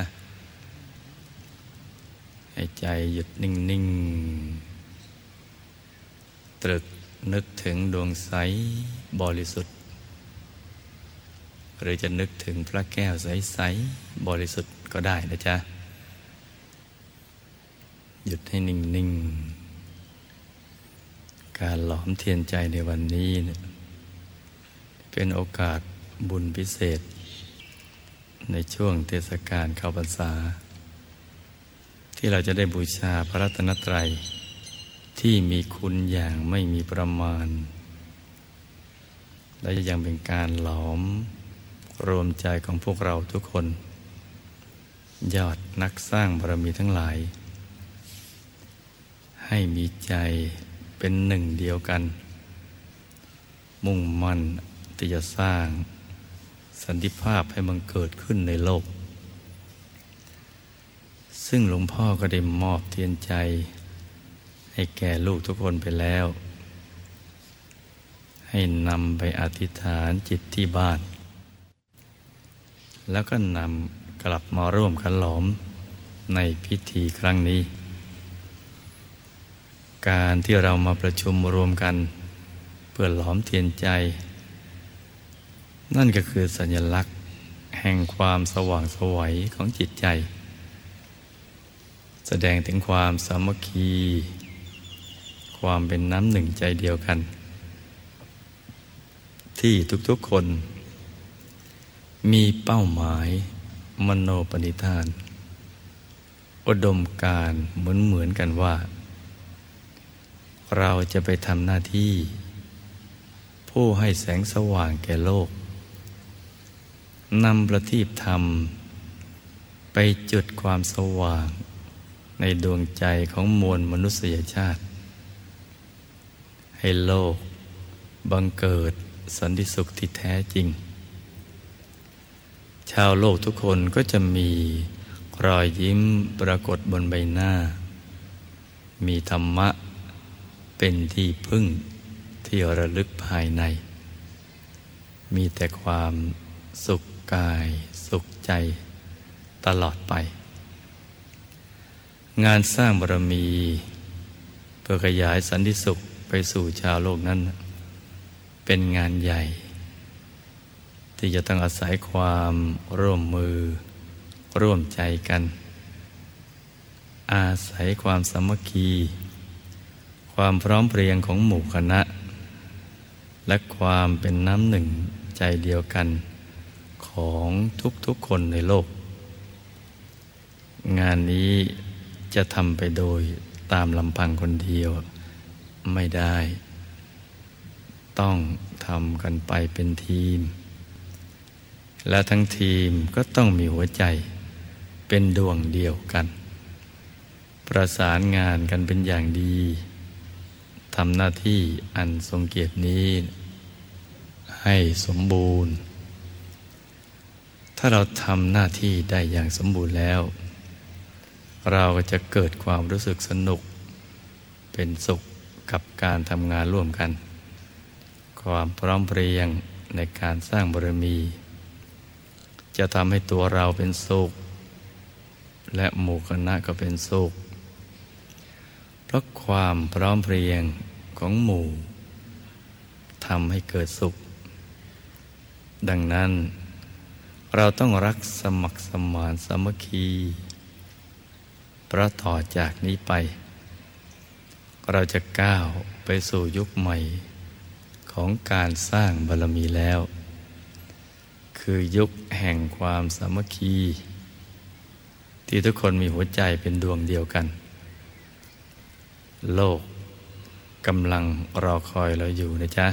ให้ใจหยุดนิ่งๆตรึกนึกถึงดวงใสบริสุทธิ์หรือจะนึกถึงพระแก้วใสๆบริสุทธิ์ก็ได้นะจ๊ะหยุดให้นิ่งๆการหลอมเทียนใจในวันนี้เนี่ยเป็นโอกาสบุญพิเศษในช่วงเทศกาลเข้าพรรษาที่เราจะได้บูชาพระรัตนตรัยที่มีคุณอย่างไม่มีประมาณและยังเป็นการหลอมรวมใจของพวกเราทุกคนยอดนักสร้างบารมีทั้งหลายให้มีใจเป็นหนึ่งเดียวกันมุ่งมั่นที่จะสร้างสันติภาพให้มันเกิดขึ้นในโลกซึ่งหลวงพ่อก็ได้มอบเทียนใจให้แก่ลูกทุกคนไปแล้วให้นำไปอธิษฐานจิตที่บ้านแล้วก็นำกลับมาร่วมกันหลอมในพิธีครั้งนี้การที่เรามาประชุมรวมกันเพื่อหลอมเทียนใจนั่นก็คือสัญลักษณ์แห่งความสว่างไสวของจิตใจแสดงถึงความสามัคคีความเป็นน้ำหนึ่งใจเดียวกันที่ทุกๆคนมีเป้าหมายมโนปณิธานอุดมการณ์เหมือนกันว่าเราจะไปทำหน้าที่ผู้ให้แสงสว่างแก่โลกนำประทีปธรรมไปจุดความสว่างในดวงใจของมวลมนุษยชาติให้โลกบังเกิดสันติสุขที่แท้จริงชาวโลกทุกคนก็จะมีรอยยิ้มปรากฏบนใบหน้ามีธรรมะเป็นที่พึ่งที่ระลึกภายในมีแต่ความสุขกายสุขใจตลอดไปงานสร้างบารมีเพื่อขยายสันติสุขไปสู่ชาวโลกนั้นเป็นงานใหญ่ที่จะต้องอาศัยความร่วมมือร่วมใจกันอาศัยความสามัคคีความพร้อมเพรียงของหมู่คณะและความเป็นน้ำหนึ่งใจเดียวกันของทุกๆคนในโลกงานนี้จะทำไปโดยตามลำพังคนเดียวไม่ได้ต้องทำกันไปเป็นทีมและทั้งทีมก็ต้องมีหัวใจเป็นดวงเดียวกันประสานงานกันเป็นอย่างดีทำหน้าที่อันทรงเกียรตินี้ให้สมบูรณ์ถ้าเราทำหน้าที่ได้อย่างสมบูรณ์แล้วเราก็จะเกิดความรู้สึกสนุกเป็นสุขกับการทำงานร่วมกันความพร้อมเพรียงในการสร้างบารมีจะทำให้ตัวเราเป็นสุขและหมู่คณะก็เป็นสุขเพราะความพร้อมเพรียงของหมู่ทำให้เกิดสุขดังนั้นเราต้องรักสมัครสมานสามัคคีเพราะต่อจากนี้ไปเราจะก้าวไปสู่ยุคใหม่ของการสร้างบารมีแล้วคือยุคแห่งความสามัคคีที่ทุกคนมีหัวใจเป็นดวงเดียวกันโลกกำลังรอคอยเราอยู่นะจ๊ะ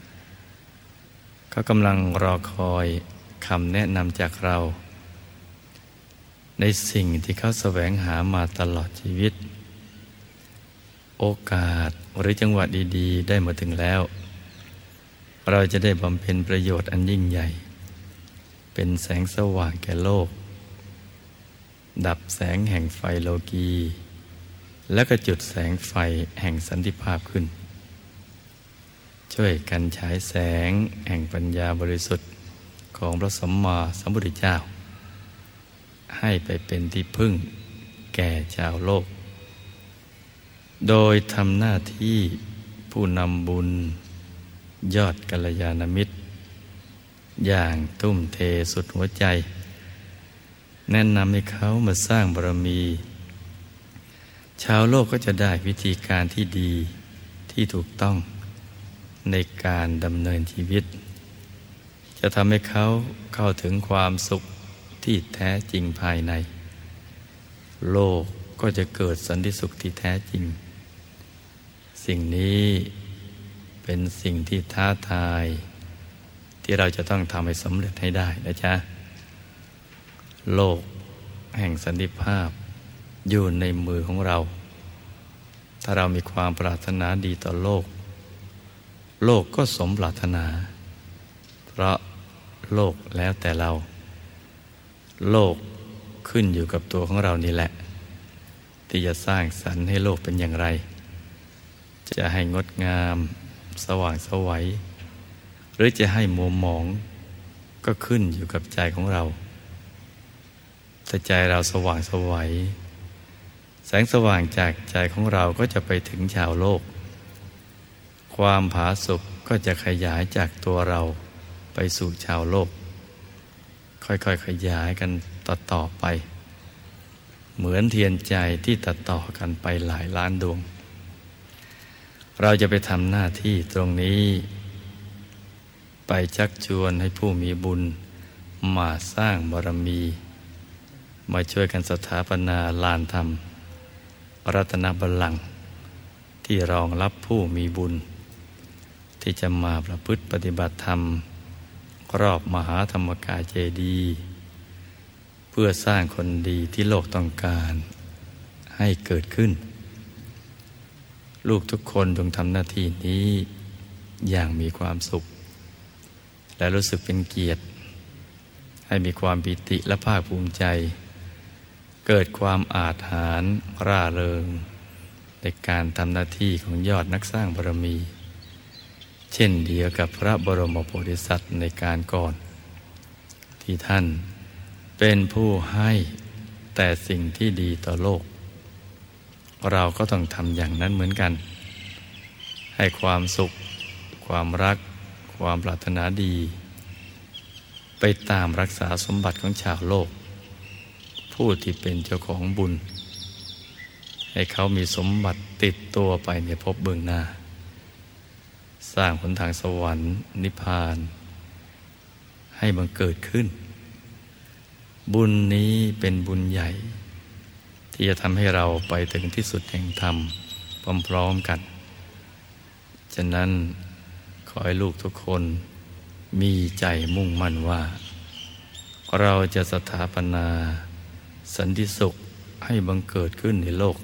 เขากำลังรอคอยคำแนะนำจากเราในสิ่งที่เขาแสวงหามาตลอดชีวิตโอกาสหรือจังหวะดีๆได้มาถึงแล้วเราจะได้บำเพ็ญประโยชน์อันยิ่งใหญ่เป็นแสงสว่างแก่โลกดับแสงแห่งไฟโลกีและก็จุดแสงไฟแห่งสันติภาพขึ้นช่วยกันฉายแสงแห่งปัญญาบริสุทธิ์ของพระสัมมาสัมพุทธเจ้าให้ไปเป็นที่พึ่งแก่ชาวโลกโดยทำหน้าที่ผู้นำบุญยอดกัลยาณมิตรอย่างทุ่มเทสุดหัวใจแนะนำให้เขามาสร้างบารมีชาวโลกก็จะได้วิธีการที่ดีที่ถูกต้องในการดำเนินชีวิตจะทำให้เขาเข้าถึงความสุขที่แท้จริงภายในโลกก็จะเกิดสันติสุขที่แท้จริงสิ่งนี้เป็นสิ่งที่ท้าทายที่เราจะต้องทำให้สำเร็จให้ได้นะจ๊ะโลกแห่งสันติภาพอยู่ในมือของเราถ้าเรามีความปรารถนาดีต่อโลกโลกก็สมปรารถนาเพราะโลกแล้วแต่เราโลกขึ้นอยู่กับตัวของเรานี่แหละที่จะสร้างสรรค์ให้โลกเป็นอย่างไรจะให้งดงามสว่างไสวหรือจะให้มัวหมองก็ขึ้นอยู่กับใจของเราถ้าใจเราสว่างไสวแสงสว่างจากใจของเราก็จะไปถึงชาวโลกความผาสุกก็จะขยายจากตัวเราไปสู่ชาวโลกค่อยๆขยายกันต่อไปเหมือนเทียนใจที่ต่อกันไปหลายล้านดวงเราจะไปทำหน้าที่ตรงนี้ไปชักชวนให้ผู้มีบุญมาสร้างบารมีมาช่วยกันสถาปนาลานธรรมรัตนบัลลังก์ที่รองรับผู้มีบุญที่จะมาประพฤติปฏิบัติธรรมรอบมหาธรรมกายเจดีย์เพื่อสร้างคนดีที่โลกต้องการให้เกิดขึ้นลูกทุกคนจงทำหน้าที่นี้อย่างมีความสุขและรู้สึกเป็นเกียรติให้มีความปิติและภาคภูมิใจเกิดความอาถรรพ์ร่าเริงในการทำหน้าที่ของยอดนักสร้างบารมีเช่นเดียวกับพระบรมโพธิสัตว์ในการก่อนที่ท่านเป็นผู้ให้แต่สิ่งที่ดีต่อโลกเราก็ต้องทำอย่างนั้นเหมือนกันให้ความสุขความรักความปรารถนาดีไปตามรักษาสมบัติของชาวโลกผู้ที่เป็นเจ้าของบุญให้เขามีสมบัติติดตัวไปในภพเบื้องหน้าสร้างหนทางสวรรค์นิพพานให้บังเกิดขึ้นบุญนี้เป็นบุญใหญ่ที่จะทำให้เราไปถึงที่สุดแห่งธรรมพร้อมๆกันฉะนั้นขอให้ลูกทุกคนมีใจมุ่งมั่นว่าเราจะสถาปนาสันติสุขให้บังเกิดขึ้นในโลก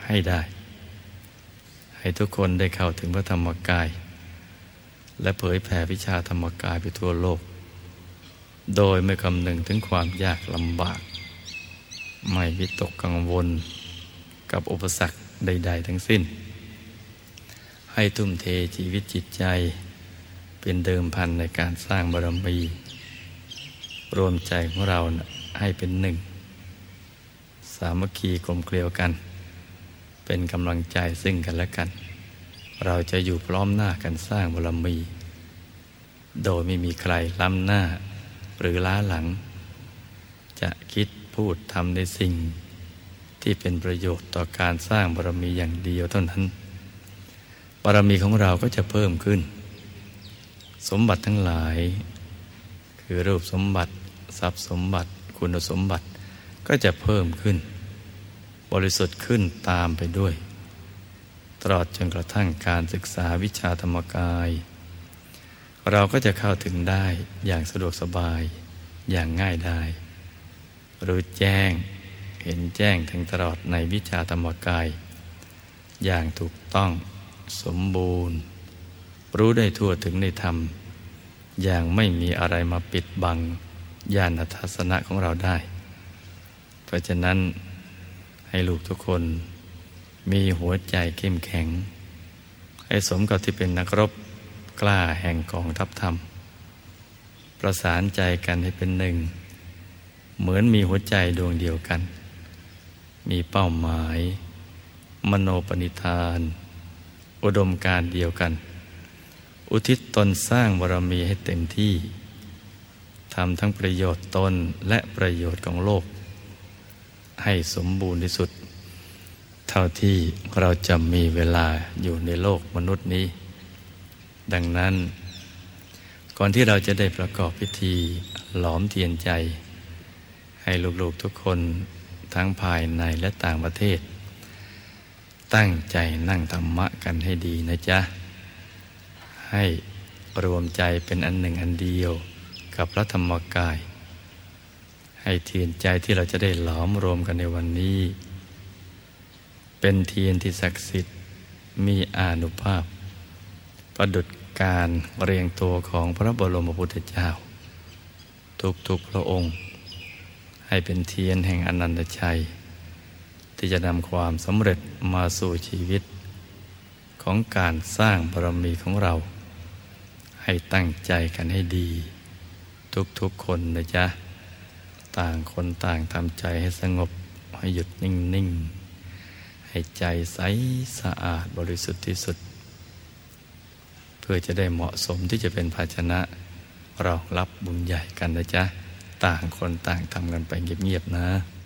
ให้ได้ ให้ทุกคนได้เข้าถึงพระธรรมกายและเผยแผ่วิชาธรรมกายไปทั่วโลกโดยไม่คำนึงถึงความยากลำบากไม่วิตกกังวลกับอุปสรรคใดๆทั้งสิ้นให้ทุ่มเทชีวิตจิตใจเป็นเดิมพันในการสร้างบารมีรวมใจของเราให้เป็นหนึ่งสามัคคีกลมเกลียวกันเป็นกำลังใจซึ่งกันและกันเราจะอยู่พร้อมหน้ากันสร้างบารมีโดยไม่มีใครล้ำหน้าหรือล้าหลังจะคิดพูดทำในสิ่งที่เป็นประโยชน์ต่อการสร้างบารมีอย่างเดียวเท่านั้นบารมีของเราก็จะเพิ่มขึ้นสมบัติทั้งหลายคือรูปสมบัติทรัพย์สมบัติคุณสมบัติก็จะเพิ่มขึ้นบริสุทธิ์ขึ้นตามไปด้วยตลอดจนกระทั่งการศึกษาวิชาธรรมกายเราก็จะเข้าถึงได้อย่างสะดวกสบายอย่างง่ายได้รู้แจ้งเห็นแจ้งถึงตลอดในวิชาธรรมกายอย่างถูกต้องสมบูรณ์รู้ได้ทั่วถึงในธรรมอย่างไม่มีอะไรมาปิดบังญาณทัศนะของเราได้เพราะฉะนั้นให้ลูกทุกคนมีหัวใจเข้มแข็งให้สมกับที่เป็นนักรบกล้าแห่งกองทัพธรรมประสานใจกันให้เป็นหนึ่งเหมือนมีหัวใจดวงเดียวกันมีเป้าหมายมโนปณิธานอุดมการณ์เดียวกันอุทิศตนสร้างบารมีให้เต็มที่ทำทั้งประโยชน์ตนและประโยชน์ของโลกให้สมบูรณ์ที่สุดเท่าที่เราจะมีเวลาอยู่ในโลกมนุษย์นี้ดังนั้นก่อนที่เราจะได้ประกอบพิธีหลอมเทียนใจให้ลูกๆทุกคนทั้งภายในและต่างประเทศตั้งใจนั่งธรรมะกันให้ดีนะจ๊ะให้รวมใจเป็นอันหนึ่งอันเดียวกับพระธรรมกายให้เทียนใจที่เราจะได้หลอมรวมกันในวันนี้เป็นเทียนที่ศักดิ์สิทธิ์มีอานุภาพประดุจการเรียงตัวของพระบรมพุทธเจ้าทุกๆพระองค์ให้เป็นเทียนแห่งอนันตชัยที่จะนำความสำเร็จมาสู่ชีวิตของการสร้างบารมีของเราให้ตั้งใจกันให้ดีทุกๆคนนะจ๊ะต่างคนต่างทำใจให้สงบให้หยุดนิ่งๆให้ใจใสสะอาดบริสุทธิ์ที่สุดเพื่อจะได้เหมาะสมที่จะเป็นภาชนะรองรับบุญใหญ่กันนะจ๊ะต่างคนต่างทำกันไปเงียบๆนะ